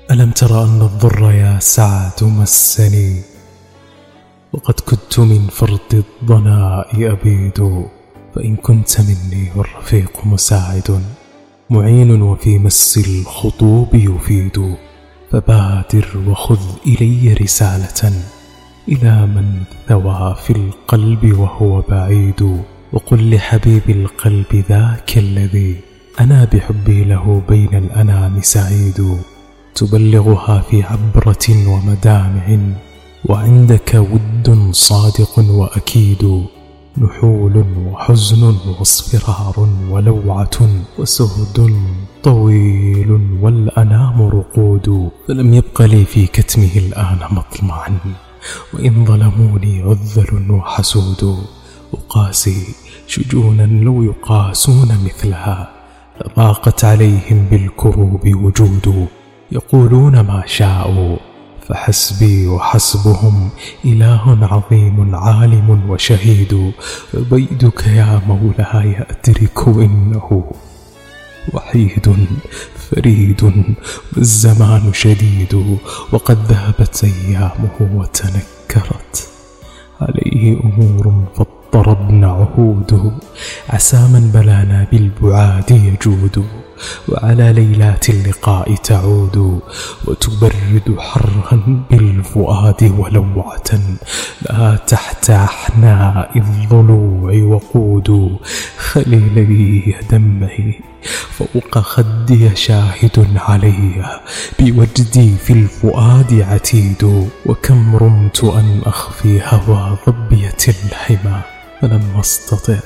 ألم تر أن الضر يا سعد مسني، وقد كدت من فرط الضناء أبيد. فإن كنت مني والرفيق مساعد، معين وفي مس الخطوب يفيد، فبادر وخذ إلي رسالة إلى من ثوى في القلب وهو بعيد. وقل لحبيب القلب ذاك الذي أنا بحبي له بين الأنام سعيد، تبلغها في عبرة ومدامع، وعندك ود صادق وأكيد. نحول وحزن واصفرار ولوعة وسهد طويل والأنام رقود، فلم يبق لي في كتمه الآن مطمعا، وإن ظلموني عذل وحسود. أقاسي شجونا لو يقاسون مثلها، لضاقت عليهم بالكروب وجود. يقولون ما شاءوا فحسبي وحسبهم إله عظيم عالم وشهيد. عبيدك يا مولاي أدرك إنه وحيد فريد، والزمان شديد، وقد ذهبت أيامه وتنكرت عليه أمور فاضطربن عهوده. عسى من بلانا بالبعاد يجود، وعلى ليلات اللقاء تعود، وتبرد حرا بالفؤاد ولوعة لا تحت أحناء الضلوع وقود. خليلي دمه فوق خدي شاهد علي، بوجدي في الفؤاد عتيد. وكم رمت أن أخفي هوى ضبية الحمى فلم أستطع،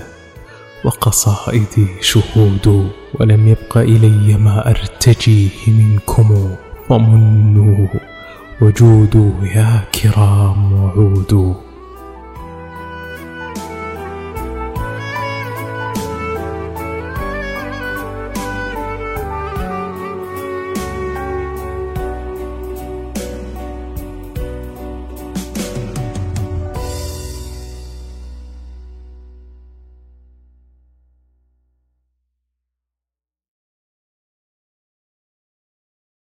وقصائدي شهود. ولم يبق إلي ما أرتجيه منكم، فمنوا وجودوا يا كرام وعودوا.